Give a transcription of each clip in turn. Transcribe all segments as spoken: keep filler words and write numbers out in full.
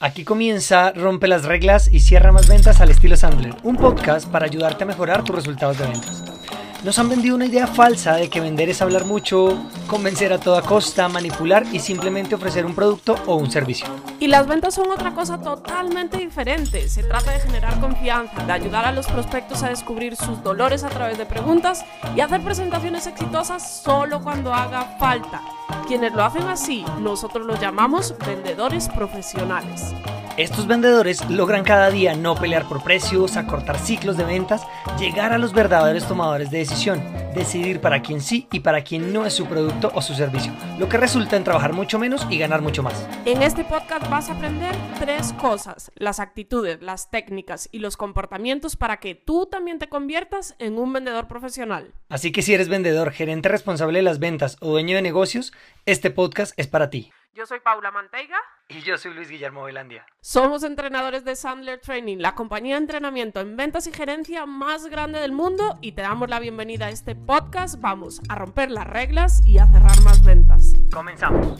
Aquí comienza Rompe las reglas y cierra más ventas al estilo Sandler, un podcast para ayudarte a mejorar tus resultados de ventas. Nos han vendido una idea falsa de que vender es hablar mucho, convencer a toda costa, manipular y simplemente ofrecer un producto o un servicio. Y las ventas son otra cosa totalmente diferente. Se trata de generar confianza, de ayudar a los prospectos a descubrir sus dolores a través de preguntas y hacer presentaciones exitosas solo cuando haga falta. Quienes lo hacen así, nosotros los llamamos vendedores profesionales. Estos vendedores logran cada día no pelear por precios, acortar ciclos de ventas, llegar a los verdaderos tomadores de decisión, decidir para quién sí y para quién no es su producto o su servicio, lo que resulta en trabajar mucho menos y ganar mucho más. En este podcast vas a aprender tres cosas: las actitudes, las técnicas y los comportamientos para que tú también te conviertas en un vendedor profesional. Así que si eres vendedor, gerente responsable de las ventas o dueño de negocios, este podcast es para ti. Yo soy Paula Manteiga. Y yo soy Luis Guillermo Velandia. Somos entrenadores de Sandler Training, la compañía de entrenamiento en ventas y gerencia más grande del mundo, y te damos la bienvenida a este podcast. Vamos a romper las reglas y a cerrar más ventas. Comenzamos.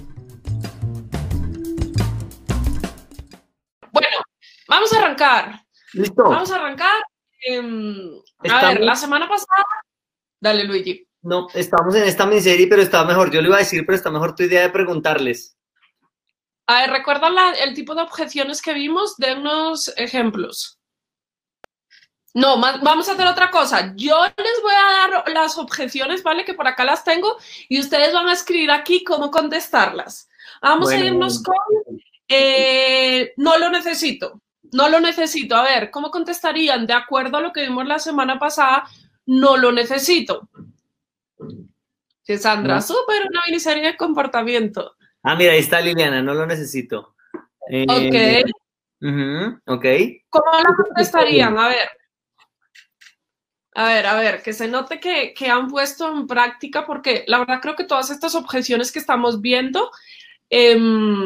Bueno, vamos a arrancar. Listo. Vamos a arrancar. Eh, a ver, la semana pasada... Dale, Luigi. No, estamos en esta miniserie, pero está mejor. Yo le iba a decir, pero está mejor tu idea de preguntarles. A ver, ¿recuerdan la, el tipo de objeciones que vimos? De unos ejemplos. No, más, vamos a hacer otra cosa. Yo les voy a dar las objeciones, ¿vale? Que por acá las tengo, y ustedes van a escribir aquí cómo contestarlas. Vamos bueno. a irnos con eh, no lo necesito. No lo necesito. A ver, ¿cómo contestarían? De acuerdo a lo que vimos la semana pasada, no lo necesito. Sí, Sandra, no. Súper, una miniserie de comportamiento. Ah, mira, ahí está Liliana, no lo necesito. Eh, ok. Uh-huh, ok. ¿Cómo la contestarían? A ver. A ver, a ver, que se note que, que han puesto en práctica, porque la verdad creo que todas estas objeciones que estamos viendo, eh,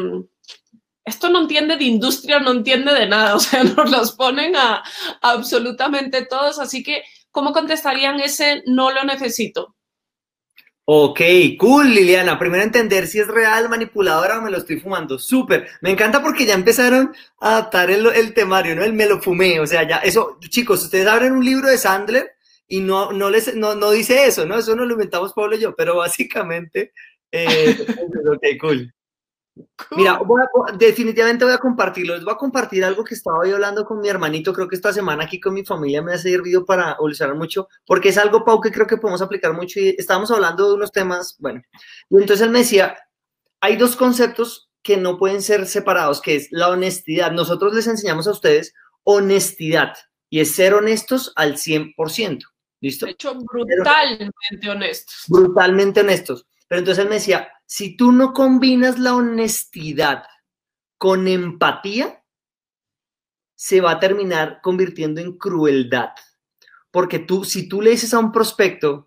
esto no entiende de industria, no entiende de nada, o sea, nos los ponen a, a absolutamente todos, así que, ¿cómo contestarían ese no lo necesito? Ok, cool, Liliana. Primero entender si es real, manipuladora o me lo estoy fumando. Súper. Me encanta porque ya empezaron a adaptar el, el temario, ¿no? El me lo fumé. O sea, ya eso, chicos, ustedes abren un libro de Sandler y no, no, les, no, no dice eso, ¿no? Eso no lo inventamos Pablo y yo, pero básicamente, eh, ok, cool. Cool. Mira, voy a, definitivamente voy a compartirlo. Les voy a compartir algo que estaba yo hablando con mi hermanito. Creo que esta semana aquí con mi familia me ha servido para evolucionar mucho, porque es algo, Pau, que creo que podemos aplicar mucho. Y estábamos hablando de unos temas, bueno, y entonces él me decía, hay dos conceptos que no pueden ser separados, que es la honestidad. Nosotros les enseñamos a ustedes honestidad, y es ser honestos al cien por ciento. ¿Listo? De hecho, brutalmente honestos. Brutalmente honestos. Pero entonces él me decía, si tú no combinas la honestidad con empatía, se va a terminar convirtiendo en crueldad. Porque tú, si tú le dices a un prospecto,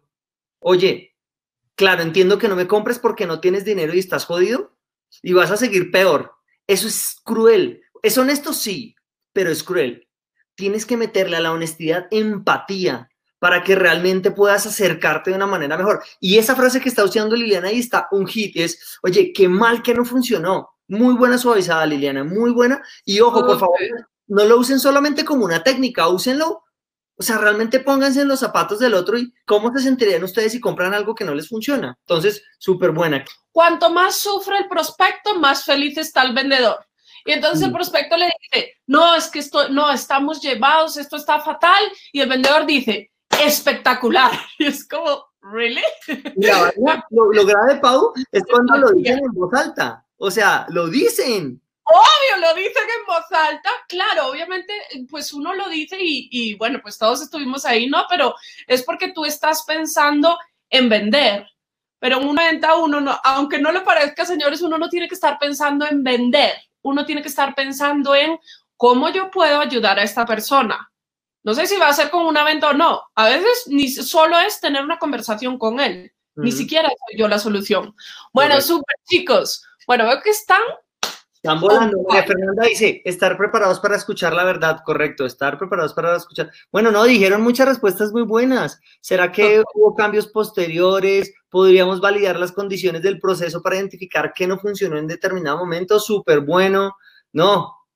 oye, claro, entiendo que no me compres porque no tienes dinero y estás jodido, y vas a seguir peor. Eso es cruel. ¿Es honesto? Sí, pero es cruel. Tienes que meterle a la honestidad empatía, para que realmente puedas acercarte de una manera mejor. Y esa frase que está usando Liliana ahí está un hit, es, oye, qué mal que no funcionó. Muy buena suavizada, Liliana, muy buena. Y ojo, okay. Por favor, no lo usen solamente como una técnica, úsenlo, o sea, realmente pónganse en los zapatos del otro y cómo se sentirían ustedes si compran algo que no les funciona. Entonces, súper buena. Cuanto más sufre el prospecto, más feliz está el vendedor. Y entonces sí. El prospecto le dice, no, es que esto, no, estamos llevados, esto está fatal. Y el vendedor dice, espectacular. Y es como, ¿really? Mira, lo, lo grave, Pau, es cuando lo dicen en voz alta. O sea, lo dicen. Obvio, lo dicen en voz alta. Claro, obviamente, pues uno lo dice y, y bueno, pues todos estuvimos ahí, ¿no? Pero es porque tú estás pensando en vender. Pero en una venta uno, no, aunque no le parezca, señores, uno no tiene que estar pensando en vender. Uno tiene que estar pensando en cómo yo puedo ayudar a esta persona. No sé si va a ser con una venta o no. A veces ni solo es tener una conversación con él. Uh-huh. Ni siquiera soy yo la solución. Bueno, súper, chicos. Bueno, veo que están... Están volando. Oh, Fernanda dice, estar preparados para escuchar la verdad. Correcto, estar preparados para escuchar. Bueno, no, dijeron muchas respuestas muy buenas. ¿Será que okay. hubo cambios posteriores? ¿Podríamos validar las condiciones del proceso para identificar qué no funcionó en determinado momento? Súper bueno. No,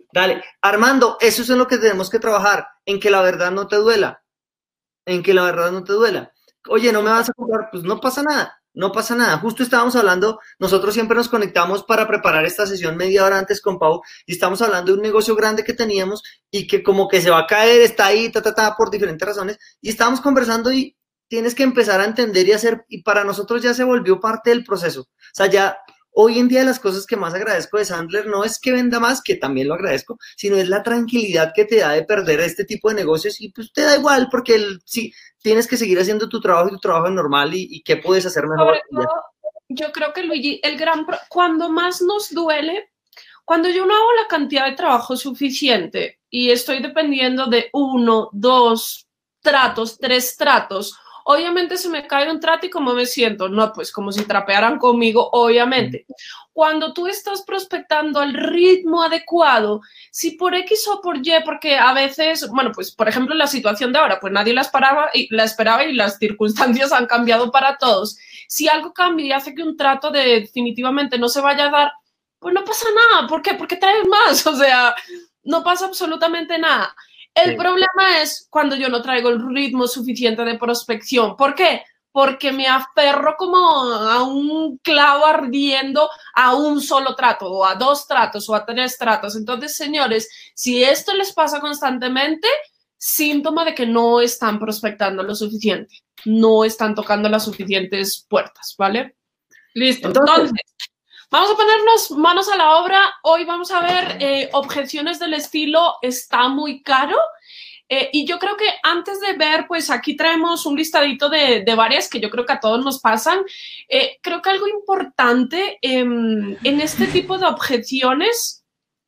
Dale, Armando, eso es en lo que tenemos que trabajar, en que la verdad no te duela, en que la verdad no te duela. Oye, ¿no me vas a comprar? Pues no pasa nada, no pasa nada. Justo estábamos hablando, nosotros siempre nos conectamos para preparar esta sesión media hora antes con Pau y estamos hablando de un negocio grande que teníamos y que como que se va a caer, está ahí, ta, ta, ta, por diferentes razones. Y estábamos conversando y tienes que empezar a entender y hacer, y para nosotros ya se volvió parte del proceso. O sea, ya hoy en día las cosas que más agradezco de Sandler no es que venda más, que también lo agradezco, sino es la tranquilidad que te da de perder este tipo de negocios y pues te da igual porque el, sí, tienes que seguir haciendo tu trabajo y tu trabajo normal y, y qué puedes hacer mejor. Sobre todo, yo creo que Luigi, el gran pro- cuando más nos duele, cuando yo no hago la cantidad de trabajo suficiente y estoy dependiendo de uno, dos tratos, tres tratos, obviamente se me cae un trato y cómo me siento, no, pues como si trapearan conmigo, obviamente. Cuando tú estás prospectando al ritmo adecuado, si por X o por Y, porque a veces, bueno, pues por ejemplo la situación de ahora, pues nadie la esperaba y, la esperaba y las circunstancias han cambiado para todos. Si algo cambia y hace que un trato de, definitivamente no se vaya a dar, pues no pasa nada. ¿Por qué? Porque traes más, o sea, no pasa absolutamente nada. El sí. problema es cuando yo no traigo el ritmo suficiente de prospección. ¿Por qué? Porque me aferro como a un clavo ardiendo a un solo trato, o a dos tratos, o a tres tratos. Entonces, señores, si esto les pasa constantemente, síntoma de que no están prospectando lo suficiente, no están tocando las suficientes puertas, ¿vale? Listo. Entonces, Entonces vamos a ponernos manos a la obra. Hoy vamos a ver eh, objeciones del estilo está muy caro. Eh, y yo creo que antes de ver, pues aquí traemos un listadito de, de varias que yo creo que a todos nos pasan. Eh, creo que algo importante eh, en este tipo de objeciones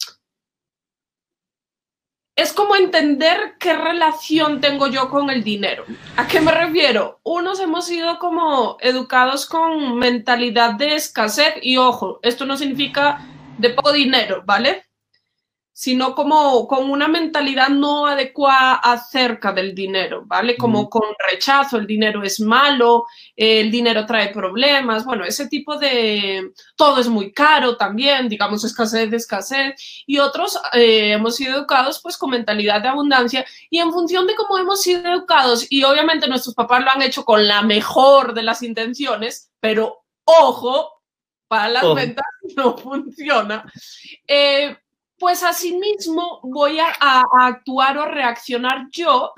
es como entender qué relación tengo yo con el dinero. ¿A qué me refiero? Unos hemos sido como educados con mentalidad de escasez y ojo, esto no significa de poco dinero, ¿vale? Sino como con una mentalidad no adecuada acerca del dinero, ¿vale? Como mm. con rechazo, el dinero es malo, eh, el dinero trae problemas, bueno, ese tipo de... Todo es muy caro también, digamos, escasez de escasez, y otros eh, hemos sido educados pues con mentalidad de abundancia y en función de cómo hemos sido educados, y obviamente nuestros papás lo han hecho con la mejor de las intenciones, pero ojo, para las oh. ventas no funciona. Eh, Pues asimismo voy a, a, a actuar o reaccionar yo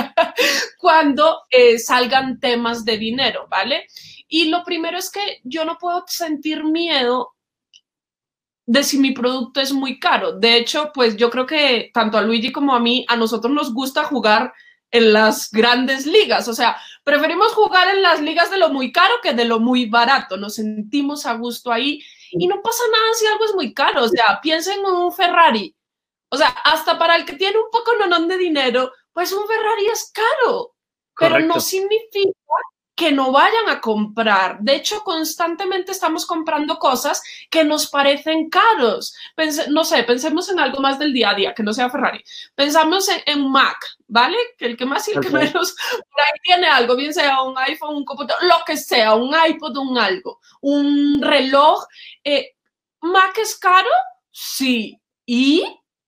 cuando eh, salgan temas de dinero, ¿vale? Y lo primero es que yo no puedo sentir miedo de si mi producto es muy caro. De hecho, pues yo creo que tanto a Luigi como a mí, a nosotros nos gusta jugar en las grandes ligas. O sea, preferimos jugar en las ligas de lo muy caro que de lo muy barato. Nos sentimos a gusto ahí. Y no pasa nada si algo es muy caro, o sea, piensen en un Ferrari. O sea, hasta para el que tiene un poco nonón de dinero, pues un Ferrari es caro. Correcto. Pero no significa que no vayan a comprar. De hecho, constantemente estamos comprando cosas que nos parecen caros. Pense, no sé, pensemos en algo más del día a día, que no sea Ferrari. Pensamos en, en Mac, ¿vale? Que el que más y el okay. que menos por ahí tiene algo, bien sea un iPhone, un computador, lo que sea, un iPod, un algo, un reloj. Eh, ¿Mac es caro? Sí. Y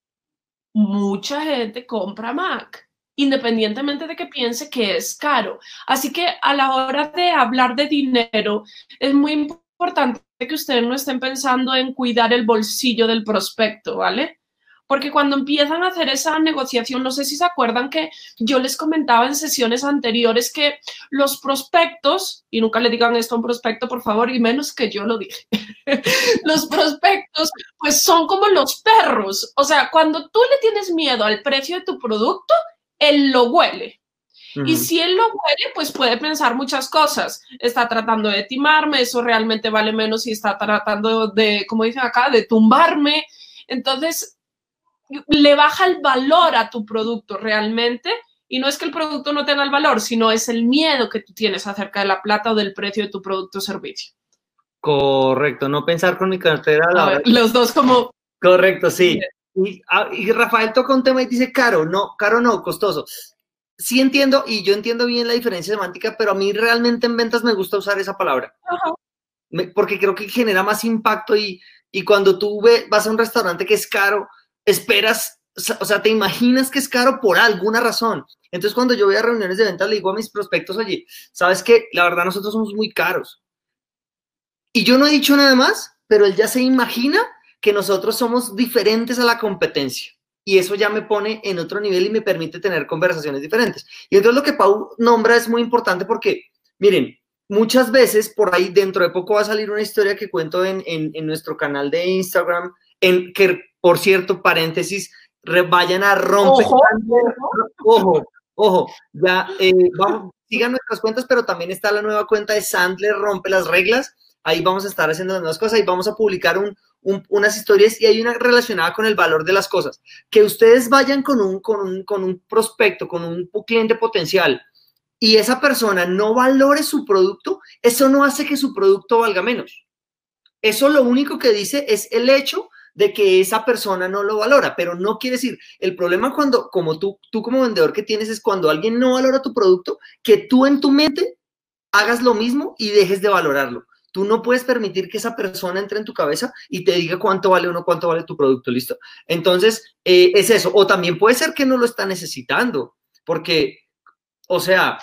mucha gente compra Mac, independientemente de que piense que es caro. Así que a la hora de hablar de dinero, es muy importante que ustedes no estén pensando en cuidar el bolsillo del prospecto, ¿vale? Porque cuando empiezan a hacer esa negociación, no sé si se acuerdan que yo les comentaba en sesiones anteriores que los prospectos, y nunca le digan esto a un prospecto, por favor, y menos que yo lo dije, los prospectos pues son como los perros. O sea, cuando tú le tienes miedo al precio de tu producto, él lo huele. Uh-huh. Y si él lo huele, pues puede pensar muchas cosas. Está tratando de timarme, eso realmente vale menos y está tratando de, como dicen acá, de tumbarme. Entonces, le baja el valor a tu producto realmente. Y no es que el producto no tenga el valor, sino es el miedo que tú tienes acerca de la plata o del precio de tu producto o servicio. Correcto, no pensar con mi cartera a la hora. Los dos como... Correcto, sí. Y, y Rafael toca un tema y dice caro, no, caro no, costoso. Sí entiendo, y yo entiendo bien la diferencia semántica, pero a mí realmente en ventas me gusta usar esa palabra. Uh-huh. me, porque creo que genera más impacto y, y cuando tú ve, vas a un restaurante que es caro, esperas, o sea, te imaginas que es caro por alguna razón. Entonces, cuando yo voy a reuniones de ventas, le digo a mis prospectos, oye, ¿sabes qué? La verdad, nosotros somos muy caros. Y yo no he dicho nada más, pero él ya se imagina que nosotros somos diferentes a la competencia. Y eso ya me pone en otro nivel y me permite tener conversaciones diferentes. Y entonces lo que Pau nombra es muy importante porque, miren, muchas veces por ahí dentro de poco va a salir una historia que cuento en, en, en nuestro canal de Instagram, en que, por cierto, paréntesis, re, vayan a romper. Ojo, ojo, ojo, ya eh, vamos, sigan nuestras cuentas, pero también está la nueva cuenta de Sandler Rompe las Reglas. Ahí vamos a estar haciendo las nuevas cosas y vamos a publicar un, un, unas historias y hay una relacionada con el valor de las cosas. Que ustedes vayan con un, con un, con un prospecto, con un cliente potencial y esa persona no valore su producto, eso no hace que su producto valga menos. Eso lo único que dice es el hecho de que esa persona no lo valora, pero no quiere decir, el problema cuando, como tú, tú como vendedor que tienes es cuando alguien no valora tu producto, que tú en tu mente hagas lo mismo y dejes de valorarlo. Tú no puedes permitir que esa persona entre en tu cabeza y te diga cuánto vale uno, cuánto vale tu producto, ¿listo? Entonces, eh, es eso. O también puede ser que no lo está necesitando, porque, o sea,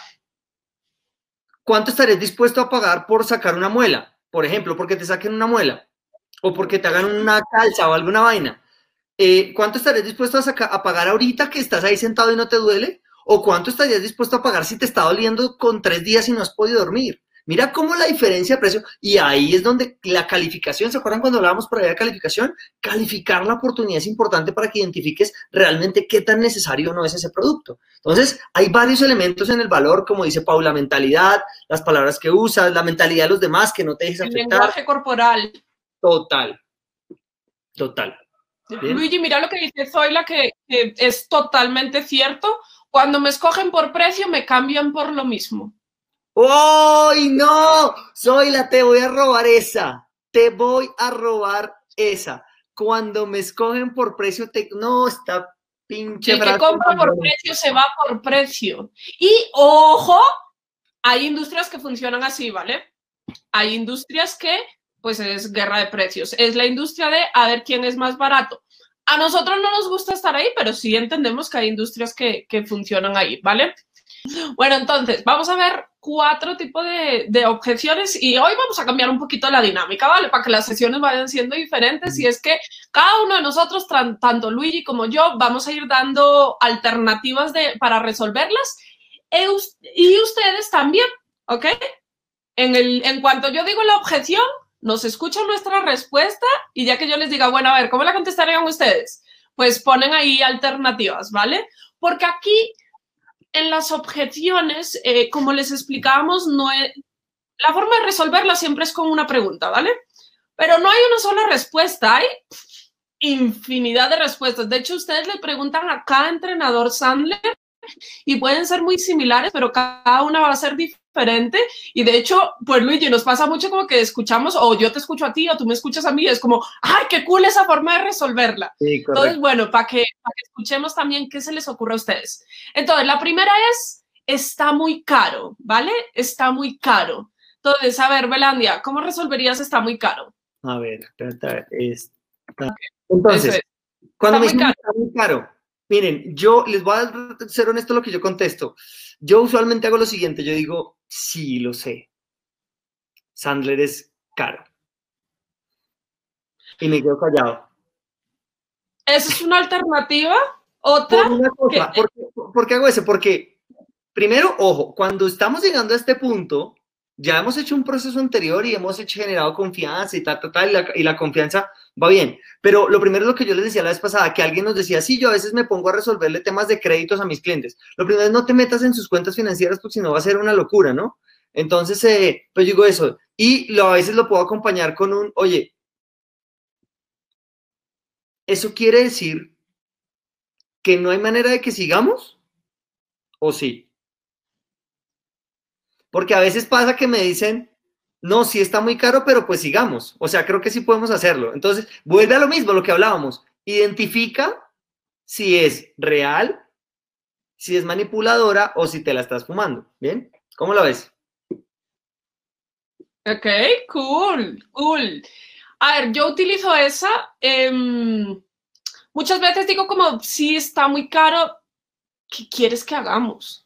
¿cuánto estarías dispuesto a pagar por sacar una muela? Por ejemplo, porque te saquen una muela o porque te hagan una calza o alguna vaina. Eh, ¿Cuánto estarías dispuesto a, sacar, a pagar ahorita que estás ahí sentado y no te duele? ¿O cuánto estarías dispuesto a pagar si te está doliendo con tres días y no has podido dormir? Mira cómo la diferencia de precio, y ahí es donde la calificación, ¿se acuerdan cuando hablábamos por ahí de calificación? Calificar la oportunidad es importante para que identifiques realmente qué tan necesario o no es ese producto. Entonces, hay varios elementos en el valor, como dice Paula, la mentalidad, las palabras que usas, la mentalidad de los demás, que no te dejes afectar. El lenguaje corporal. Total, total. ¿Bien? Luigi, mira lo que dice Zoila, que, que es totalmente cierto. Cuando me escogen por precio, me cambian por lo mismo. ¡Ay, no! Zoila, te voy a robar esa. Te voy a robar esa. Cuando me escogen por precio, te... no, está pinche. El que compra por precio se va por precio. Y, ojo, hay industrias que funcionan así, ¿vale? Hay industrias que, pues, es guerra de precios. Es la industria de a ver quién es más barato. A nosotros no nos gusta estar ahí, pero sí entendemos que hay industrias que, que funcionan ahí, ¿vale? Bueno, entonces, vamos a ver cuatro tipos de, de objeciones y hoy vamos a cambiar un poquito la dinámica, ¿vale? Para que las sesiones vayan siendo diferentes y es que cada uno de nosotros, tanto Luigi como yo, vamos a ir dando alternativas de, para resolverlas y ustedes también, ¿ok? En, el, en cuanto yo digo la objeción, nos escuchan nuestra respuesta y ya que yo les diga, bueno, a ver, ¿cómo la contestarían ustedes? Pues ponen ahí alternativas, ¿vale? Porque aquí en las objeciones, eh, como les explicábamos, no es, la forma de resolverla siempre es con una pregunta, ¿vale? Pero no hay una sola respuesta, hay infinidad de respuestas. De hecho, ustedes le preguntan a cada entrenador Sandler y pueden ser muy similares, pero cada una va a ser diferente. Y de hecho, pues Luigi, nos pasa mucho como que escuchamos, o yo te escucho a ti, o tú me escuchas a mí, y es como, ¡ay, qué cool esa forma de resolverla! Sí, entonces, bueno, para que, para que escuchemos también qué se les ocurre a ustedes. Entonces, la primera es, está muy caro, ¿vale? Está muy caro. Entonces, a ver, Belandia, ¿cómo resolverías está muy caro? A ver, espérate, está... Entonces, es. cuando me dicen está muy caro, miren, yo les voy a ser honesto lo que yo contesto. Yo usualmente hago lo siguiente, yo digo, sí, lo sé. Sandler es caro. Y me quedo callado. ¿Esa es una alternativa? ¿Otra? Por una cosa, ¿Por, qué, ¿Por qué hago eso? Porque, primero, ojo, cuando estamos llegando a este punto, ya hemos hecho un proceso anterior y hemos hecho, generado confianza y tal, tal, tal, y la, y la confianza va bien. Pero lo primero es lo que yo les decía la vez pasada, que alguien nos decía, sí, yo a veces me pongo a resolverle temas de créditos a mis clientes. Lo primero es no te metas en sus cuentas financieras porque si no va a ser una locura, ¿no? Entonces, eh, pues digo eso. Y lo, a veces lo puedo acompañar con un, oye, ¿eso quiere decir que no hay manera de que sigamos? ¿O sí? Porque a veces pasa que me dicen, no, sí está muy caro, pero pues sigamos. O sea, creo que sí podemos hacerlo. Entonces, vuelve a lo mismo, lo que hablábamos. Identifica si es real, si es manipuladora o si te la estás fumando. ¿Bien? ¿Cómo la ves? Ok, cool, cool. A ver, yo utilizo esa eh, muchas veces digo como, sí, está muy caro, ¿qué quieres que hagamos?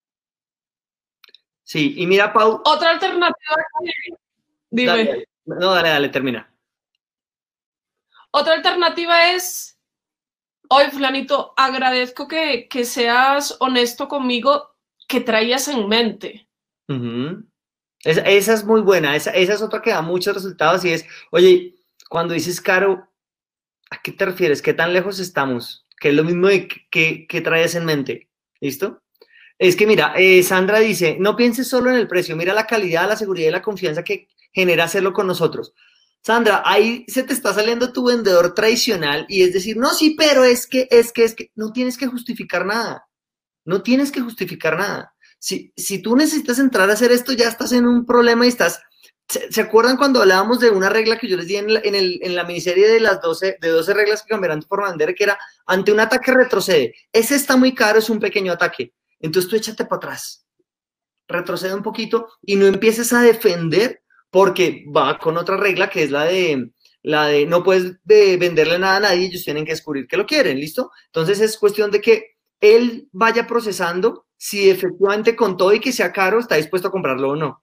Sí, y mira, Pau. Otra alternativa que... Dime. Dale, no, dale, dale, termina. Otra alternativa es, oye, fulanito, agradezco que, que seas honesto conmigo, ¿qué traías en mente? Uh-huh. esa, esa es muy buena, esa, esa es otra que da muchos resultados y es, oye, cuando dices caro, ¿a qué te refieres? ¿Qué tan lejos estamos? Que es lo mismo de que, que traes en mente, ¿listo? Es que mira, eh, Sandra dice, no pienses solo en el precio, mira la calidad, la seguridad y la confianza que genera hacerlo con nosotros. Sandra, ahí se te está saliendo tu vendedor tradicional y es decir, no, sí, pero es que, es que, es que, no tienes que justificar nada, no tienes que justificar nada. Si, si tú necesitas entrar a hacer esto, ya estás en un problema y estás... ¿Se, ¿se acuerdan cuando hablábamos de una regla que yo les di en la, en el, en la miniserie de las doce, de doce reglas que cambiarán tu forma de vender, que era, ante un ataque retrocede? Ese está muy caro, es un pequeño ataque. Entonces tú échate para atrás, retrocede un poquito y no empieces a defender porque va con otra regla que es la de, la de no puedes de venderle nada a nadie, ellos tienen que descubrir que lo quieren, ¿listo? Entonces es cuestión de que él vaya procesando si efectivamente con todo y que sea caro está dispuesto a comprarlo o no.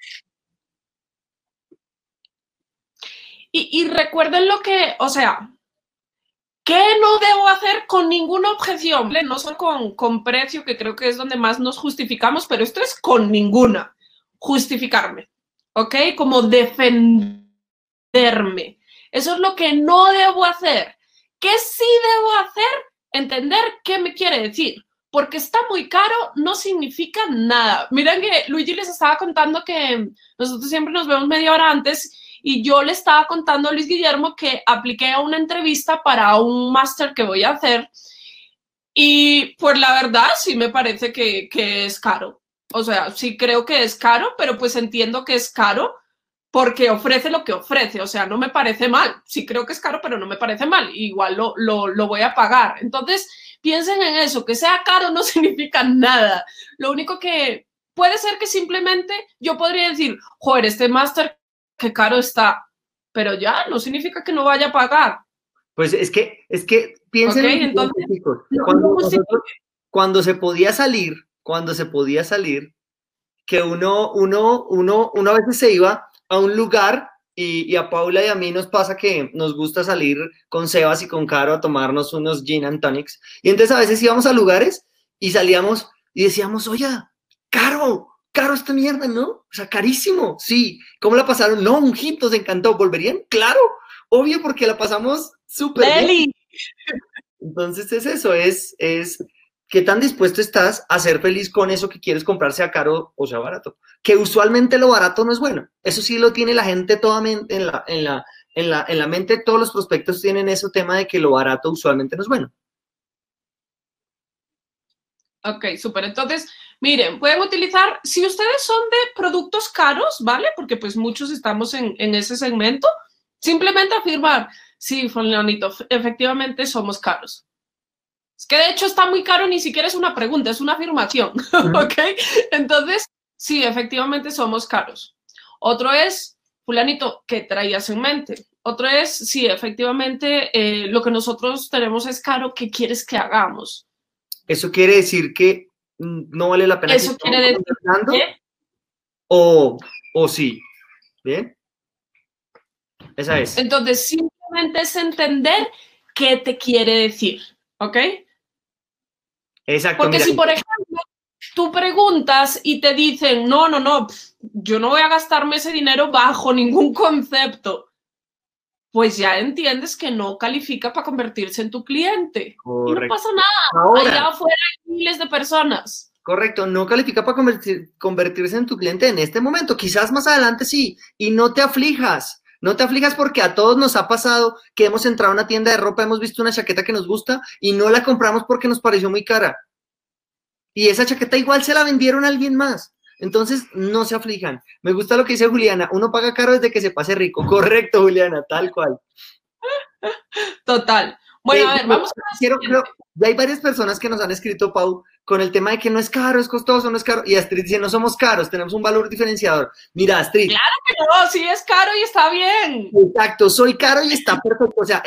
Y, y recuerden lo que, o sea, ¿qué no debo hacer con ninguna objeción? No solo con, con precio, que creo que es donde más nos justificamos, pero esto es con ninguna. Justificarme, ¿ok? Como defenderme. Eso es lo que no debo hacer. ¿Qué sí debo hacer? Entender qué me quiere decir. Porque está muy caro no significa nada. Miren que Luigi les estaba contando que nosotros siempre nos vemos media hora antes y yo le estaba contando a Luis Guillermo que apliqué a una entrevista para un máster que voy a hacer y pues la verdad sí me parece que, que es caro. O sea, sí creo que es caro, pero pues entiendo que es caro porque ofrece lo que ofrece. O sea, no me parece mal. Sí creo que es caro, pero no me parece mal. Igual lo, lo, lo voy a pagar. Entonces, piensen en eso. Que sea caro no significa nada. Lo único que puede ser que simplemente yo podría decir, joder, este máster, qué caro está. Pero ya, no significa que no vaya a pagar. Pues es que, es que piensen okay, en entonces, chicos. No, cuando, no nosotros, cuando se podía salir, cuando se podía salir, que uno, uno, uno, uno a veces se iba a un lugar y, y a Paula y a mí nos pasa que nos gusta salir con Sebas y con Caro a tomarnos unos gin and tonics. Y entonces a veces íbamos a lugares y salíamos y decíamos, oye, Caro, Caro esta mierda, ¿no? O sea, carísimo, sí. ¿Cómo la pasaron? No, un hit, nos encantó. ¿Volverían? Claro, obvio, porque la pasamos súper bien. Entonces es eso, es, es qué tan dispuesto estás a ser feliz con eso que quieres comprar, sea caro o sea barato. Que usualmente lo barato no es bueno. Eso sí lo tiene la gente toda en la, en la, en la, en la mente, todos los prospectos tienen ese tema de que lo barato usualmente no es bueno. Ok, súper. Entonces, miren, pueden utilizar, si ustedes son de productos caros, ¿vale? Porque pues muchos estamos en, en ese segmento, simplemente afirmar, sí, fulanito, efectivamente somos caros. Es que de hecho está muy caro, ni siquiera es una pregunta, es una afirmación, uh-huh. ¿Ok? Entonces, sí, efectivamente somos caros. Otro es, fulanito, ¿qué traías en mente? Otro es, sí, efectivamente, eh, lo que nosotros tenemos es caro, ¿qué quieres que hagamos? ¿Eso quiere decir que no vale la pena? Eso quiere decir que... O, o sí, ¿bien? Esa es. Entonces, simplemente es entender qué te quiere decir, ¿ok? Exacto. Porque mira, si, por ejemplo, tú preguntas y te dicen, no, no, no, yo no voy a gastarme ese dinero bajo ningún concepto, pues ya entiendes que no califica para convertirse en tu cliente. Correcto. Y no pasa nada. Ahora, allá afuera hay miles de personas. Correcto, no califica para convertir, convertirse en tu cliente en este momento. Quizás más adelante sí. Y no te aflijas. No te aflijas porque a todos nos ha pasado que hemos entrado a una tienda de ropa, hemos visto una chaqueta que nos gusta y no la compramos porque nos pareció muy cara. Y esa chaqueta igual se la vendieron a alguien más. Entonces, no se aflijan. Me gusta lo que dice Juliana. Uno paga caro desde que se pase rico. Correcto, Juliana, tal cual. Total. Bueno, eh, a ver, vamos a... Quiero, creo, ya hay varias personas que nos han escrito, Pau, con el tema de que no es caro, es costoso, no es caro. Y Astrid dice, no somos caros, tenemos un valor diferenciador. Mira, Astrid. Claro que no, sí es caro y está bien. Exacto, soy caro y está perfecto. O sea, eso es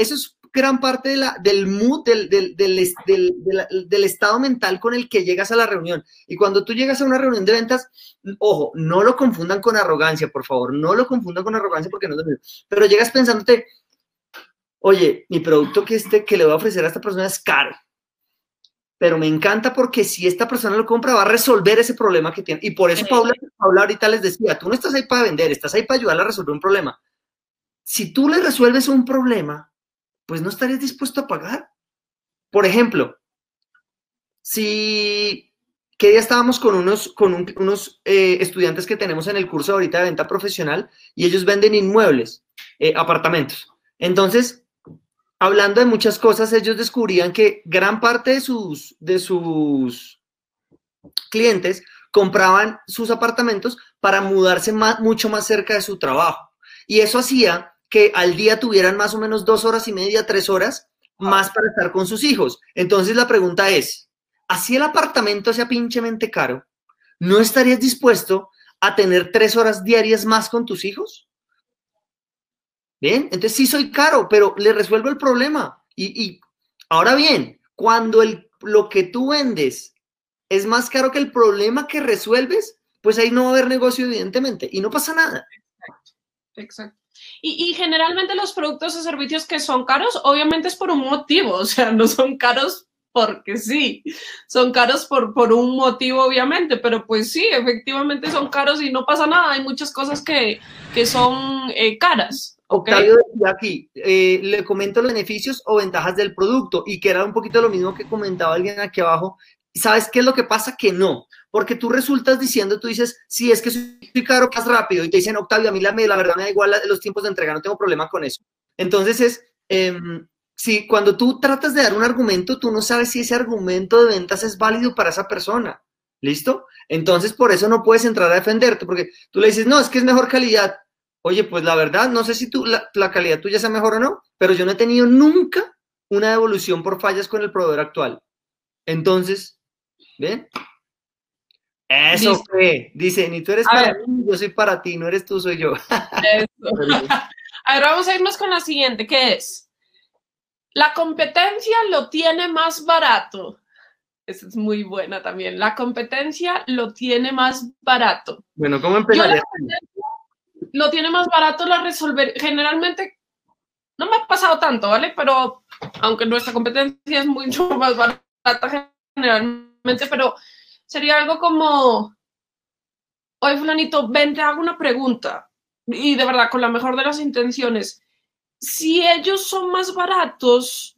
gran parte de la, del mood, del, del, del, del, del, del estado mental con el que llegas a la reunión. Y cuando tú llegas a una reunión de ventas, ojo, no lo confundan con arrogancia, por favor, no lo confundan con arrogancia porque no es lo mismo. Pero llegas pensándote, oye, mi producto que, este, que le voy a ofrecer a esta persona es caro, pero me encanta porque si esta persona lo compra va a resolver ese problema que tiene. Y por eso Paula, Paula ahorita les decía, tú no estás ahí para vender, estás ahí para ayudarle a resolver un problema. Si tú le resuelves un problema, pues no estarías dispuesto a pagar. Por ejemplo, si que día estábamos con unos, con un, unos eh, estudiantes que tenemos en el curso ahorita de venta profesional y ellos venden inmuebles, eh, apartamentos. Entonces, hablando de muchas cosas, ellos descubrían que gran parte de sus, de sus clientes compraban sus apartamentos para mudarse más, mucho más cerca de su trabajo. Y eso hacía que al día tuvieran más o menos dos horas y media, tres horas más para estar con sus hijos. Entonces la pregunta es, así el apartamento sea pinchemente caro, ¿no estarías dispuesto a tener tres horas diarias más con tus hijos? Bien, entonces sí soy caro, pero le resuelvo el problema. Y, y ahora bien, cuando el, lo que tú vendes es más caro que el problema que resuelves, pues ahí no va a haber negocio, evidentemente, y no pasa nada. Exacto, exacto. Y, y generalmente los productos o servicios que son caros, obviamente es por un motivo, o sea, no son caros porque sí, son caros por, por un motivo, obviamente, pero pues sí, efectivamente son caros y no pasa nada, hay muchas cosas que, que son eh, caras. Okay. Octavio decía aquí, eh, le comento los beneficios o ventajas del producto y que era un poquito lo mismo que comentaba alguien aquí abajo. ¿Sabes qué es lo que pasa? Que no, porque tú resultas diciendo, tú dices, sí, es que soy caro, más rápido, y te dicen, Octavio, a mí la, la verdad me da igual los tiempos de entrega, no tengo problema con eso. Entonces es, eh, si cuando tú tratas de dar un argumento, tú no sabes si ese argumento de ventas es válido para esa persona, ¿listo? Entonces por eso no puedes entrar a defenderte, porque tú le dices, no, es que es mejor calidad. Oye, pues la verdad, no sé si tú, la, la calidad tuya sea mejor o no, pero yo no he tenido nunca una devolución por fallas con el proveedor actual. Entonces, ¿ven? Eso Listo. fue. Dice, ni tú eres a para ver. mí, yo soy para ti, no eres tú, soy yo. Eso. A ver, vamos a irnos con la siguiente, que es, la competencia lo tiene más barato. Esa es muy buena también. La competencia lo tiene más barato. Bueno, ¿cómo empezaría? Lo tiene más barato la resolver. Generalmente no me ha pasado tanto, ¿vale? Pero aunque nuestra competencia es mucho más barata generalmente, pero sería algo como, oye, fulanito, ven, te hago una pregunta. Y de verdad, con la mejor de las intenciones. Si ellos son más baratos,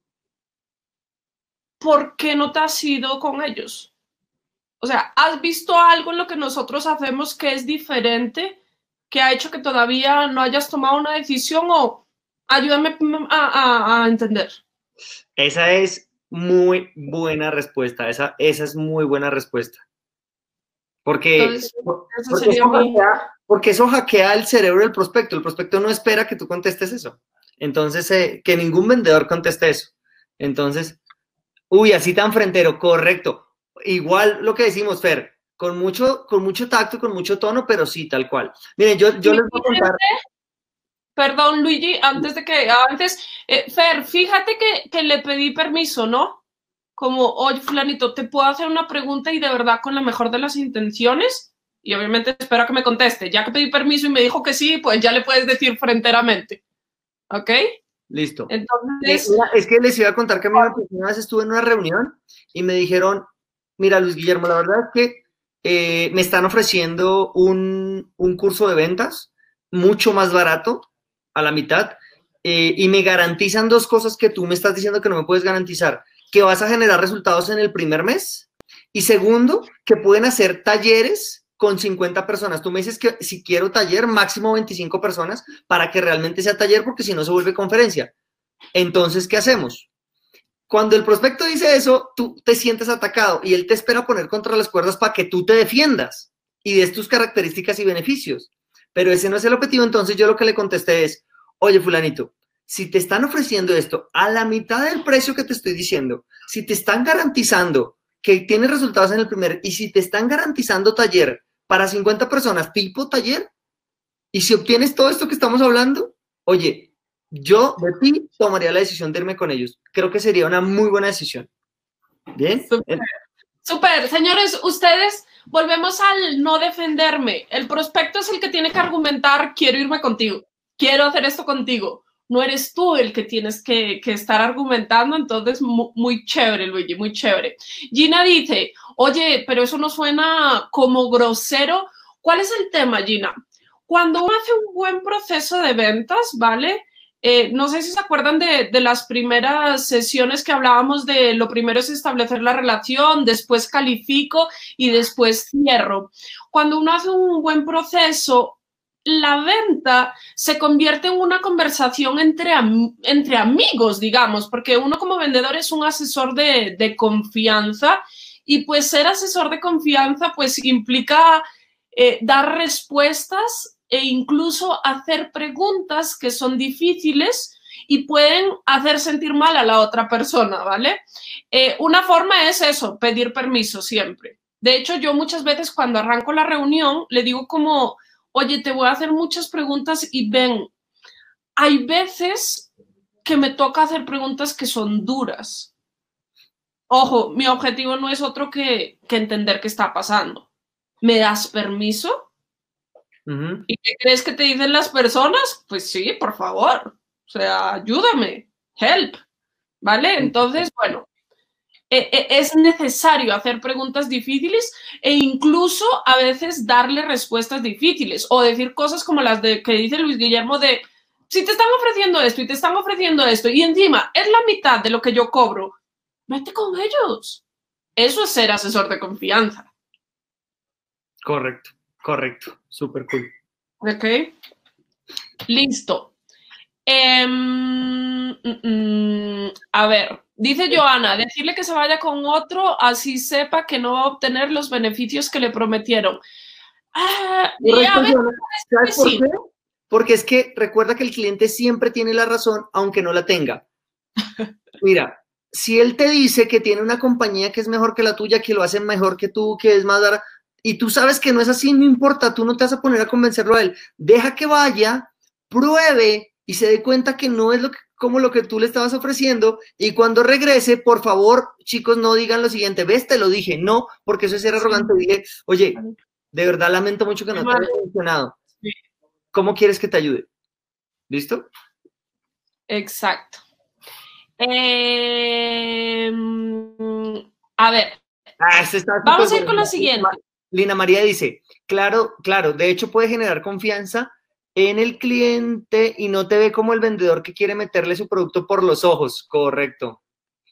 ¿por qué no te has ido con ellos? O sea, ¿has visto algo en lo que nosotros hacemos que es diferente, que ha hecho que todavía no hayas tomado una decisión? O ayúdame a, a, a entender. Esa es muy buena respuesta. Esa, esa es muy buena respuesta. Porque, Entonces, eso porque, sería eso mi... hackea, porque eso hackea el cerebro del prospecto. El prospecto no espera que tú contestes eso. Entonces, eh, que ningún vendedor conteste eso. Entonces, uy, así tan frentero, correcto. Igual lo que decimos, Fer, con mucho, con mucho tacto, con mucho tono, pero sí, tal cual. Miren, yo, yo les voy a contar... Perdón, Luigi, antes de que, antes, eh, Fer, fíjate que, que le pedí permiso, ¿no? Como, oye, fulanito, ¿te puedo hacer una pregunta y de verdad con la mejor de las intenciones? Y obviamente espero que me conteste. Ya que pedí permiso y me dijo que sí, pues ya le puedes decir fronteramente. ¿Ok? Listo. Entonces... Mira, es que les iba a contar que a mí una vez estuve en una reunión y me dijeron, mira, Luis Guillermo, la verdad es que eh, me están ofreciendo un, un curso de ventas mucho más barato, a la mitad, eh, y me garantizan dos cosas que tú me estás diciendo que no me puedes garantizar, que vas a generar resultados en el primer mes, y segundo, que pueden hacer talleres con cincuenta personas. Tú me dices que si quiero taller, máximo veinticinco personas, para que realmente sea taller, porque si no se vuelve conferencia. Entonces, ¿qué hacemos? Cuando el prospecto dice eso, tú te sientes atacado y él te espera poner contra las cuerdas para que tú te defiendas y des tus características y beneficios. Pero ese no es el objetivo. Entonces yo lo que le contesté es, oye, fulanito, si te están ofreciendo esto a la mitad del precio que te estoy diciendo, si te están garantizando que tienes resultados en el primer, y si te están garantizando taller para cincuenta personas tipo taller, y si obtienes todo esto que estamos hablando, oye, yo de ti tomaría la decisión de irme con ellos. Creo que sería una muy buena decisión. ¿Bien? Super. Super. Señores, ustedes, volvemos al no defenderme. El prospecto es el que tiene que argumentar, quiero irme contigo, quiero hacer esto contigo. No eres tú el que tienes que, que estar argumentando, entonces muy, muy chévere, Luigi, muy chévere. Gina dice, oye, pero eso no suena como grosero. ¿Cuál es el tema, Gina? Cuando uno hace un buen proceso de ventas, ¿vale? Eh, no sé si se acuerdan de, de las primeras sesiones que hablábamos de lo primero es establecer la relación, después califico y después cierro. Cuando uno hace un buen proceso, la venta se convierte en una conversación entre, am entre amigos, digamos, porque uno como vendedor es un asesor de, de confianza y pues ser asesor de confianza pues implica eh, dar respuestas e incluso hacer preguntas que son difíciles y pueden hacer sentir mal a la otra persona, ¿vale? Eh, una forma es eso, pedir permiso siempre. De hecho, yo muchas veces cuando arranco la reunión le digo como, oye, te voy a hacer muchas preguntas y ven, hay veces que me toca hacer preguntas que son duras. Ojo, mi objetivo no es otro que, que entender qué está pasando. ¿Me das permiso? Uh-huh. ¿Y qué crees que te dicen las personas? Pues sí, por favor. O sea, ayúdame. Help. ¿Vale? Entonces, bueno, eh, eh, es necesario hacer preguntas difíciles e incluso a veces darle respuestas difíciles o decir cosas como las de que dice Luis Guillermo de si te están ofreciendo esto y te están ofreciendo esto y encima es la mitad de lo que yo cobro, vete con ellos. Eso es ser asesor de confianza. Correcto. Correcto, súper cool. Ok, listo. Eh, mm, mm, a ver, dice Joana, decirle que se vaya con otro, así sepa que no va a obtener los beneficios que le prometieron. Ah, y a ver, ¿sabes por qué? Porque es que recuerda que el cliente siempre tiene la razón, aunque no la tenga. Mira, si él te dice que tiene una compañía que es mejor que la tuya, que lo hace mejor que tú, que es más barata, y tú sabes que no es así, no importa, tú no te vas a poner a convencerlo a él. Deja que vaya, pruebe y se dé cuenta que no es lo que, como lo que tú le estabas ofreciendo y cuando regrese, por favor, chicos, no digan lo siguiente, ves, te lo dije, no, porque eso es ser arrogante. Sí. Dije, oye, de verdad lamento mucho que no te haya funcionado. Sí. ¿Cómo quieres que te ayude? ¿Listo? Exacto. Eh, a ver, ah, este está vamos a ir con la siguiente. Lina María dice, claro, claro, de hecho puede generar confianza en el cliente y no te ve como el vendedor que quiere meterle su producto por los ojos. Correcto.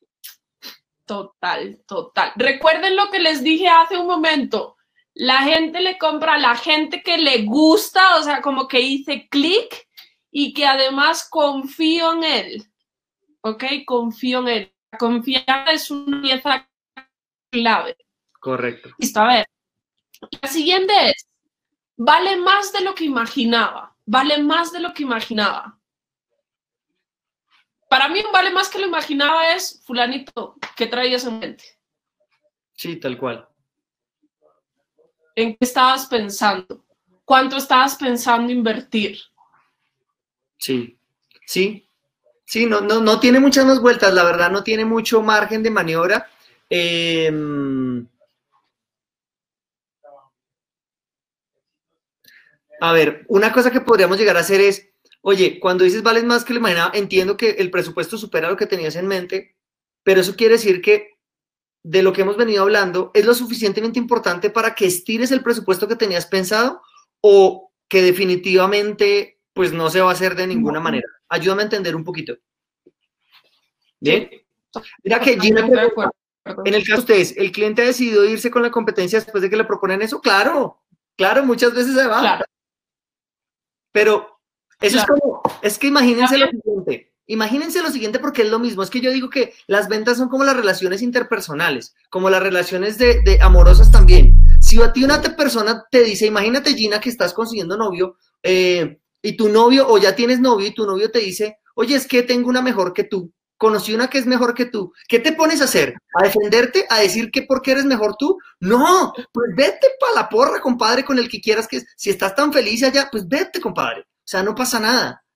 Total, total. Recuerden lo que les dije hace un momento. La gente le compra a la gente que le gusta, o sea, como que hice clic y que además confío en él. ¿Ok? Confío en él. La confianza es una pieza clave. Correcto. Listo, a ver. La siguiente es, vale más de lo que imaginaba, vale más de lo que imaginaba. Para mí un vale más que lo imaginaba es, fulanito, ¿qué traías en mente? Sí, tal cual. ¿En qué estabas pensando? ¿Cuánto estabas pensando invertir? Sí, sí, sí, no, no, no tiene muchas más vueltas, la verdad, no tiene mucho margen de maniobra. Eh, A ver, una cosa que podríamos llegar a hacer es, oye, cuando dices vales más que lo imaginaba, entiendo que el presupuesto supera lo que tenías en mente, pero eso quiere decir que de lo que hemos venido hablando es lo suficientemente importante para que estires el presupuesto que tenías pensado o que definitivamente pues no se va a hacer de ninguna manera. Ayúdame a entender un poquito. ¿Bien? Mira que Gina pregunta, en el caso de ustedes, ¿el cliente ha decidido irse con la competencia después de que le proponen eso? Claro, claro, muchas veces se va. Claro. Pero eso claro. es como, es que imagínense lo siguiente, imagínense lo siguiente porque es lo mismo, es que yo digo que las ventas son como las relaciones interpersonales, como las relaciones de, de amorosas también. Si a ti una persona te dice, imagínate Gina que estás consiguiendo novio eh, y tu novio, o ya tienes novio y tu novio te dice, oye, es que tengo una mejor que tú, conocí una que es mejor que tú, ¿qué te pones a hacer? ¿A defenderte? ¿A decir que por qué eres mejor tú? No, pues vete para la porra, compadre, con el que quieras que, si estás tan feliz allá, pues vete, compadre, o sea, no pasa nada,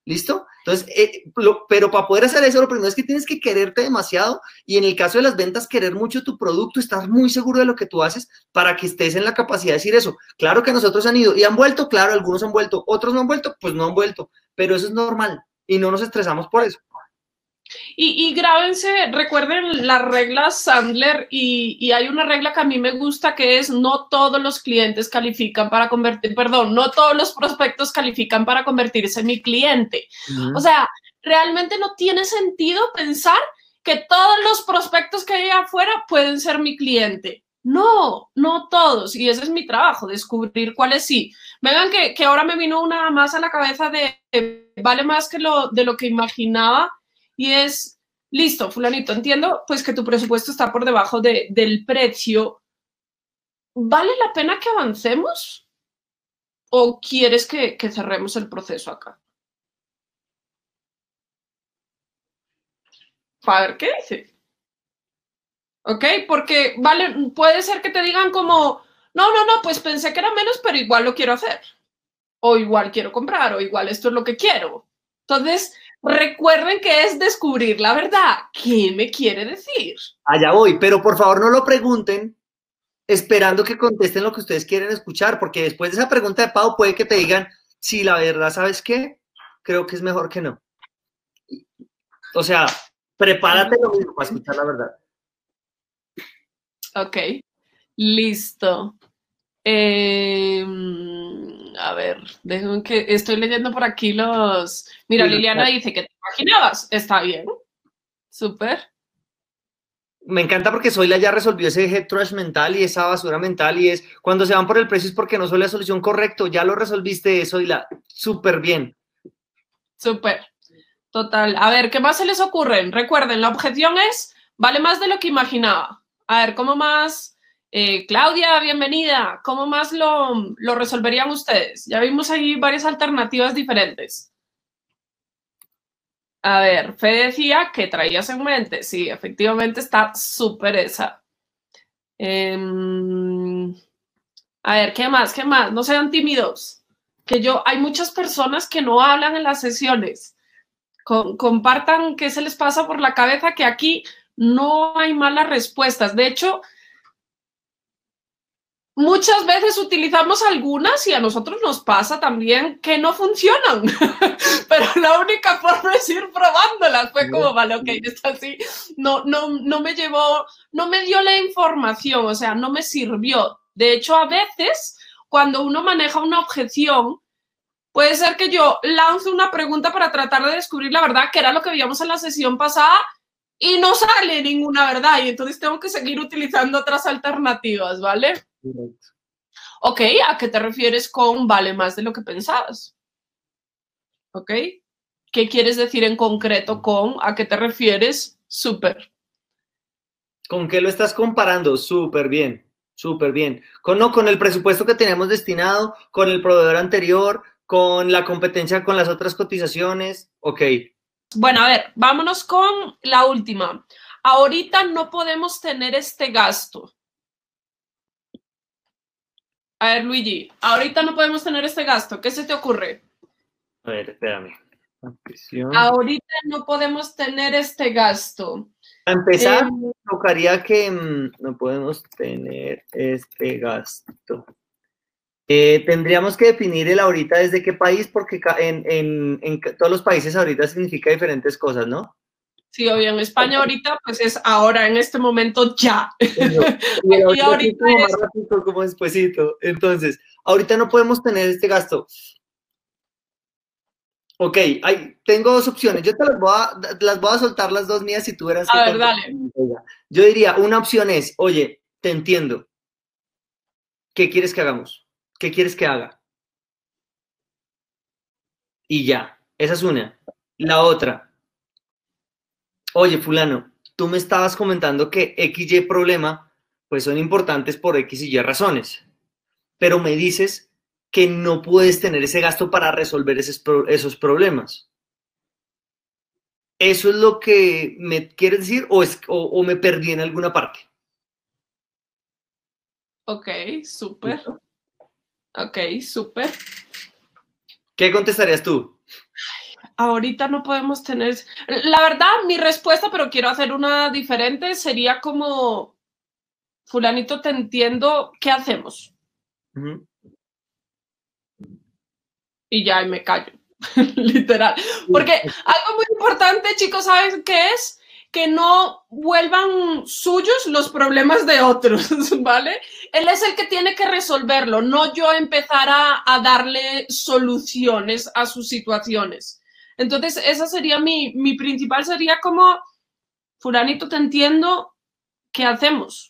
¿Listo? Entonces, eh, lo, pero para poder hacer eso, lo primero es que tienes que quererte demasiado y en el caso de las ventas, querer mucho tu producto, estar muy seguro de lo que tú haces para que estés en la capacidad de decir eso. Claro que nosotros han ido y han vuelto, claro, algunos han vuelto, otros no han vuelto, pues no han vuelto, pero eso es normal y no nos estresamos por eso. Y, y grábense, recuerden las reglas Sandler y, y hay una regla que a mí me gusta que es no todos los clientes califican para convertir, perdón, no todos los prospectos califican para convertirse en mi cliente. Uh-huh. O sea, realmente no tiene sentido pensar que todos los prospectos que hay afuera pueden ser mi cliente. No, no todos. Y ese es mi trabajo, descubrir cuáles sí. Vengan que, que ahora me vino una más a la cabeza de eh, vale más que lo, de lo que imaginaba. Y es, listo, fulanito, entiendo pues que tu presupuesto está por debajo de, del precio. ¿Vale la pena que avancemos? ¿O quieres que, que cerremos el proceso acá? Para ver qué dice. ¿Ok? Porque, vale, puede ser que te digan como, no, no, no, pues pensé que era menos, pero igual lo quiero hacer. O igual quiero comprar, o igual esto es lo que quiero. Entonces, recuerden que es descubrir la verdad. ¿Qué me quiere decir? Allá voy, pero por favor no lo pregunten esperando que contesten lo que ustedes quieren escuchar, porque después de esa pregunta de Pau puede que te digan, sí, la verdad, ¿sabes qué? Creo que es mejor que no. O sea, prepárate lo mismo para escuchar la verdad. Ok, listo. Eh, a ver, déjenme que estoy leyendo por aquí los... Mira, sí, Liliana claro. Dice que te imaginabas. Está bien. Súper. Me encanta porque Zoila ya resolvió ese head trash mental y esa basura mental y es cuando se van por el precio es porque no soy la solución correcta. Ya lo resolviste, Zoila. Súper bien. Súper. Total. A ver, ¿qué más se les ocurre? Recuerden, la objeción es, vale más de lo que imaginaba. A ver, ¿cómo más... Eh, Claudia, bienvenida. ¿Cómo más lo, lo resolverían ustedes? Ya vimos ahí varias alternativas diferentes. A ver, Fe decía que traías en mente. Sí, efectivamente está súper esa. Eh, a ver, ¿qué más? ¿Qué más? No sean tímidos. Que yo, hay muchas personas que no hablan en las sesiones. Com- compartan qué se les pasa por la cabeza, que aquí no hay malas respuestas. De hecho, muchas veces utilizamos algunas y a nosotros nos pasa también que no funcionan, pero la única forma es ir probándolas. Fue como, vale, ok, está así, no, no, no me llevó, no me dio la información, o sea, no me sirvió. De hecho, a veces, cuando uno maneja una objeción, puede ser que yo lance una pregunta para tratar de descubrir la verdad, que era lo que vimos en la sesión pasada, y no sale ninguna verdad, y entonces tengo que seguir utilizando otras alternativas, ¿vale? Correcto. Ok, ¿a qué te refieres con vale más de lo que pensabas? Ok, ¿qué quieres decir en concreto con a qué te refieres? Súper. ¿Con qué lo estás comparando? Súper bien, súper bien. Con, no, con el presupuesto que teníamos destinado, con el proveedor anterior, con la competencia con las otras cotizaciones. Ok. Bueno, a ver, vámonos con la última. Ahorita no podemos tener este gasto. A ver, Luigi, ahorita no podemos tener este gasto. ¿Qué se te ocurre? A ver, espérame. Atención. Ahorita no podemos tener este gasto. A empezar, eh, tocaría que mmm, no podemos tener este gasto. Eh, tendríamos que definir el ahorita desde qué país, porque en, en, en todos los países ahorita significa diferentes cosas, ¿no? Sí, obvio, en España ahorita, pues es ahora, en este momento, ya. Y el ahorita, ahorita como es... más rápido, como despuesito. Entonces, ahorita no podemos tener este gasto. Ok, hay, tengo dos opciones. Yo te las voy a, las voy a soltar las dos mías si tú verás. A ver, dale. Yo diría, una opción es, oye, te entiendo. ¿Qué quieres que hagamos? ¿Qué quieres que haga? Y ya, esa es una. La otra, oye, fulano, tú me estabas comentando que X y problema, pues son importantes por X y Y razones, pero me dices que no puedes tener ese gasto para resolver esos, esos problemas. ¿Eso es lo que me quieres decir o, es, o, o me perdí en alguna parte? Ok, súper. Ok, súper. ¿Qué contestarías tú? ahorita no podemos tener... La verdad, mi respuesta, pero quiero hacer una diferente, sería como, fulanito, te entiendo, ¿qué hacemos? Ujú. Y ya, y me callo, literal. Porque algo muy importante, chicos, ¿saben qué es? Que no vuelvan suyos los problemas de otros, ¿vale? Él es el que tiene que resolverlo, no yo empezar a, a darle soluciones a sus situaciones. Entonces, esa sería mi, mi principal, sería como, fulanito, te entiendo, ¿qué hacemos?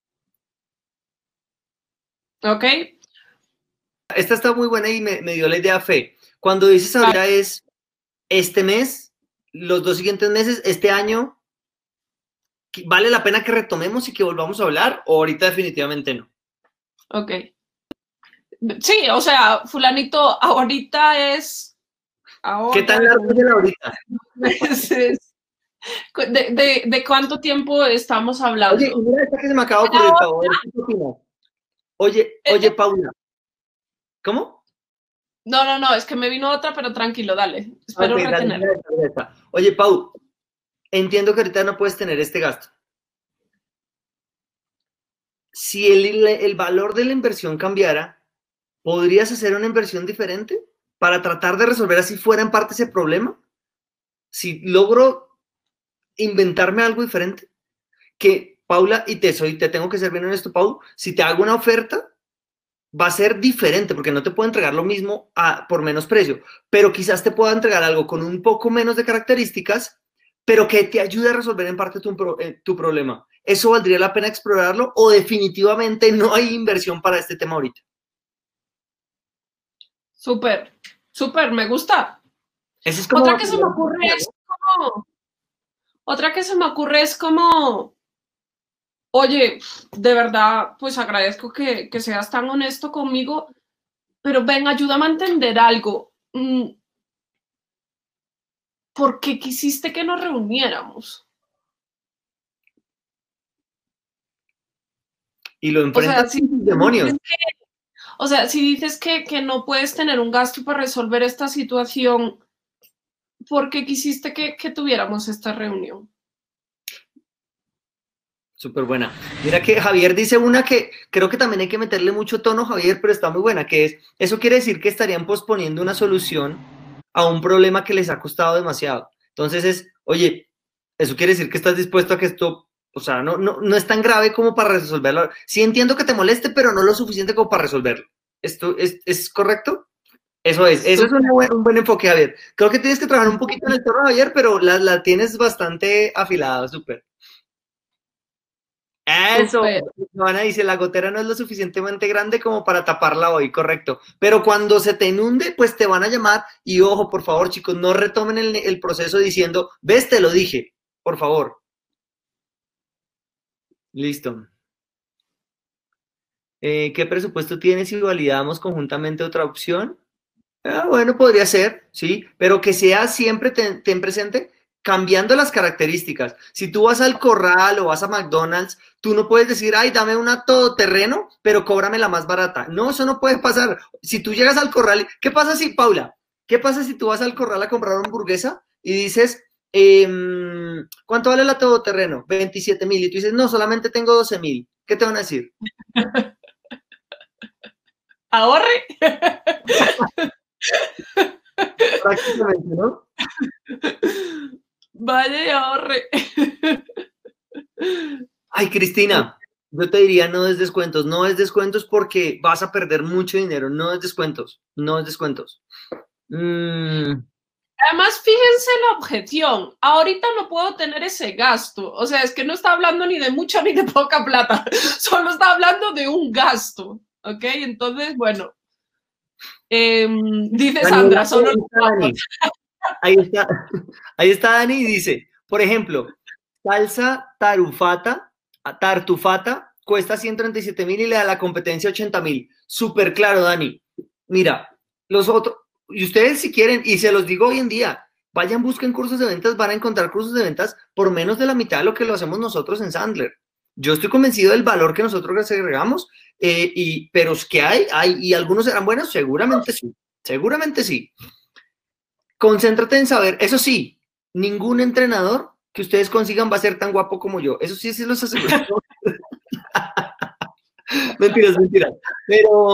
¿Ok? Esta está muy buena y me, me dio la idea, Fe. Cuando dices ahorita es este mes, los dos siguientes meses, este año, ¿vale la pena que retomemos y que volvamos a hablar o ahorita definitivamente no? Ok. Sí, o sea, fulanito, ahorita es... Ahora, ¿Qué tan largo es el ahorita? ¿De, de, ¿De cuánto tiempo estamos hablando? Oye, mira esta que se me acaba de ocurrir, Pau. ¿Qué opinas? Oye, oye, Paula. ¿Cómo? No, no, no, es que me vino otra, pero tranquilo, dale. Espero okay, retenerla. Dale, dale, dale. Oye, Pau, entiendo que ahorita no puedes tener este gasto. Si el, el valor de la inversión cambiara, ¿podrías hacer una inversión diferente para tratar de resolver así fuera en parte ese problema? Si logro inventarme algo diferente, que Paula, y te soy, te tengo que ser bien honesto, Pau, si te hago una oferta, va a ser diferente porque no te puedo entregar lo mismo a, por menos precio, pero quizás te pueda entregar algo con un poco menos de características, pero que te ayude a resolver en parte tu, eh, tu problema. ¿Eso valdría la pena explorarlo o definitivamente no hay inversión para este tema ahorita? Súper, súper, me gusta. Eso es como... Otra que se me ocurre es como... Otra que se me ocurre es como... Oye, de verdad, pues agradezco que, que seas tan honesto conmigo, pero ven, ayúdame a entender algo. ¿Por qué quisiste que nos reuniéramos? Y lo enfrentas, o sea, si, sin demonios. Que, o sea, si dices que, que no puedes tener un gasto para resolver esta situación, ¿por qué quisiste que, que tuviéramos esta reunión? Súper buena. Mira que Javier dice una que creo que también hay que meterle mucho tono, Javier, pero está muy buena, que es, eso quiere decir que estarían posponiendo una solución a un problema que les ha costado demasiado. Entonces es, oye, eso quiere decir que estás dispuesto a que esto, o sea, no, no, no es tan grave como para resolverlo. Sí entiendo que te moleste, pero no lo suficiente como para resolverlo. ¿Esto es, es correcto? Eso es, eso es un buen, un buen enfoque, Javier. Creo que tienes que trabajar un poquito en el tono, Javier, pero la, la tienes bastante afilada, súper. Eso, Joana dice, la gotera no es lo suficientemente grande como para taparla hoy, correcto. Pero cuando se te inunde, pues te van a llamar y ojo, por favor, chicos, no retomen el, el proceso diciendo, ves, te lo dije, por favor. Listo. Eh, ¿Qué presupuesto tienes si validamos conjuntamente otra opción? Ah, bueno, podría ser, sí, pero que sea siempre ten, ten presente cambiando las características. Si tú vas al Corral o vas a McDonald's, tú no puedes decir, ay, dame una todoterreno, pero cóbrame la más barata. No, eso no puede pasar. Si tú llegas al Corral, ¿qué pasa si, Paula, qué pasa si tú vas al Corral a comprar una hamburguesa y dices, eh, ¿cuánto vale la todoterreno? veintisiete mil. Y tú dices, no, solamente tengo doce mil. ¿Qué te van a decir? Ahorre. Prácticamente, ¿no? Vaya y ahorre. Ay, Cristina, yo te diría no des descuentos, no des descuentos porque vas a perder mucho dinero, no des descuentos, no des descuentos. Mm. Además, fíjense la objeción, ahorita no puedo tener ese gasto, o sea, es que no está hablando ni de mucha ni de poca plata, solo está hablando de un gasto, ¿ok? Entonces, bueno, eh, dice Sandra, solo... Ahí está, ahí está Dani y dice, por ejemplo, salsa tarufata, tartufata cuesta ciento treinta y siete mil y le da la competencia ochenta mil. Súper claro, Dani. Mira, los otros, y ustedes si quieren, y se los digo hoy en día, vayan, busquen cursos de ventas, van a encontrar cursos de ventas por menos de la mitad de lo que lo hacemos nosotros en Sandler. Yo estoy convencido del valor que nosotros agregamos, eh, y, pero es que hay, hay, y algunos serán buenos, seguramente sí, seguramente sí. concéntrate en saber, eso sí, ningún entrenador que ustedes consigan va a ser tan guapo como yo. Eso sí, sí los aseguro. Mentiras, mentiras. Pero,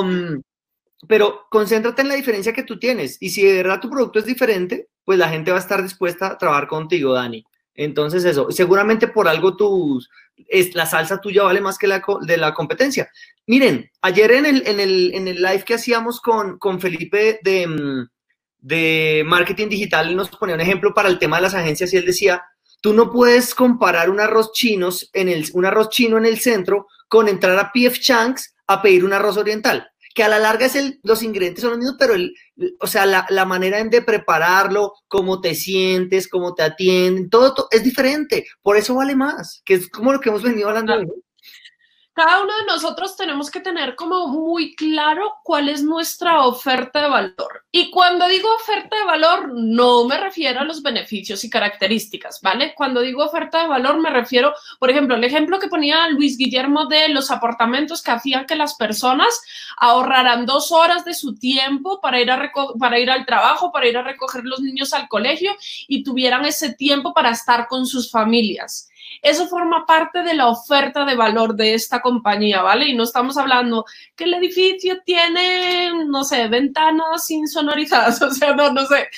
pero concéntrate en la diferencia que tú tienes. Y si de verdad tu producto es diferente, pues la gente va a estar dispuesta a trabajar contigo, Dani. Entonces eso, seguramente por algo tus, es, la salsa tuya vale más que la de la competencia. Miren, ayer en el, en el, en el live que hacíamos con, con Felipe de, de marketing digital, nos ponía un ejemplo para el tema de las agencias y él decía, tú no puedes comparar un arroz, chinos en el, un arroz chino en el centro con entrar a P F Chang's a pedir un arroz oriental, que a la larga es el, los ingredientes son los mismos, pero el, o sea, la, la manera de prepararlo, cómo te sientes, cómo te atienden, todo, todo es diferente, por eso vale más, que es como lo que hemos venido hablando hoy, ¿no? Cada uno de nosotros tenemos que tener como muy claro cuál es nuestra oferta de valor. Y cuando digo oferta de valor, no me refiero a los beneficios y características, ¿vale? Cuando digo oferta de valor, me refiero, por ejemplo, el ejemplo que ponía Luis Guillermo de los apartamentos que hacían que las personas ahorraran dos horas de su tiempo para ir, a para ir al trabajo, para ir a recoger los niños al colegio y tuvieran ese tiempo para estar con sus familias. Eso forma parte de la oferta de valor de esta compañía, ¿vale? Y no estamos hablando que el edificio tiene, no sé, ventanas insonorizadas, o sea, no, no sé.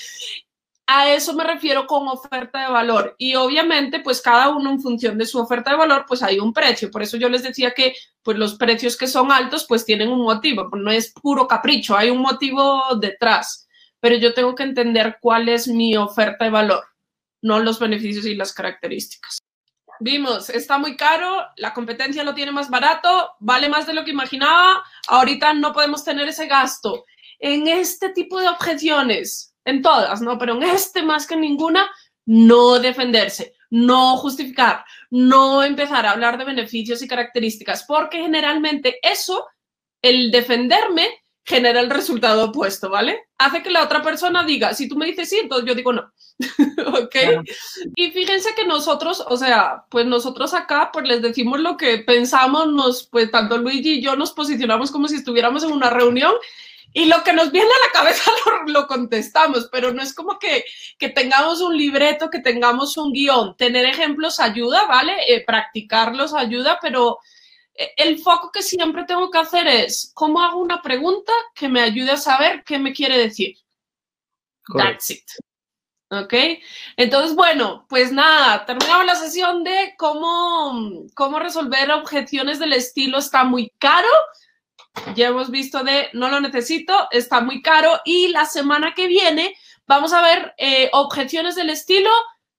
A eso me refiero con oferta de valor. Y obviamente, pues cada uno en función de su oferta de valor, pues hay un precio. Por eso yo les decía que pues los precios que son altos, pues tienen un motivo. Pues no es puro capricho, hay un motivo detrás. Pero yo tengo que entender cuál es mi oferta de valor, no los beneficios y las características. Vimos, está muy caro, la competencia lo tiene más barato, vale más de lo que imaginaba, ahorita no podemos tener ese gasto. En este tipo de objeciones, en todas, ¿no? Pero en este más que en ninguna, no defenderse, no justificar, no empezar a hablar de beneficios y características, porque generalmente eso, el defenderme, genera el resultado opuesto, ¿vale? Hace que la otra persona diga, si tú me dices sí, entonces yo digo no. ¿Ok? Claro. Y fíjense que nosotros, o sea, pues nosotros acá, pues les decimos lo que pensamos, nos, pues tanto Luigi y yo nos posicionamos como si estuviéramos en una reunión y lo que nos viene a la cabeza lo, lo contestamos, pero no es como que, que tengamos un libreto, que tengamos un guión. Tener ejemplos ayuda, ¿vale? Eh, practicarlos ayuda, pero el foco que siempre tengo que hacer es cómo hago una pregunta que me ayude a saber qué me quiere decir. Correct. That's it. ¿Ok? Entonces, bueno, pues nada, terminamos la sesión de cómo, cómo resolver objeciones del estilo está muy caro. Ya hemos visto de no lo necesito, está muy caro. Y la semana que viene vamos a ver eh, objeciones del estilo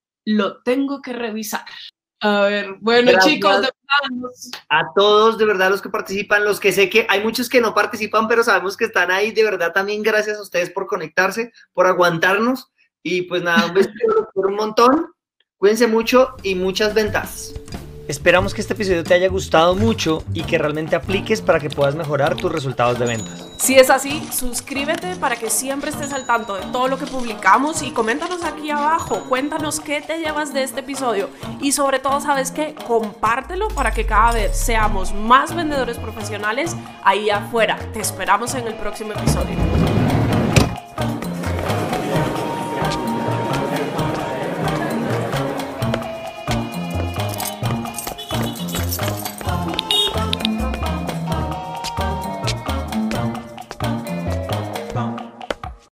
lo tengo que revisar. A ver, bueno, gracias, chicos, de verdad. A todos, de verdad, los que participan, los que sé que hay muchos que no participan, pero sabemos que están ahí, de verdad, también gracias a ustedes por conectarse, por aguantarnos, y pues nada, un beso por un montón, cuídense mucho y muchas ventas. Esperamos que este episodio te haya gustado mucho y que realmente apliques para que puedas mejorar tus resultados de ventas. Si es así, suscríbete para que siempre estés al tanto de todo lo que publicamos y coméntanos aquí abajo, cuéntanos qué te llevas de este episodio y sobre todo, ¿sabes qué? Compártelo para que cada vez seamos más vendedores profesionales ahí afuera. Te esperamos en el próximo episodio.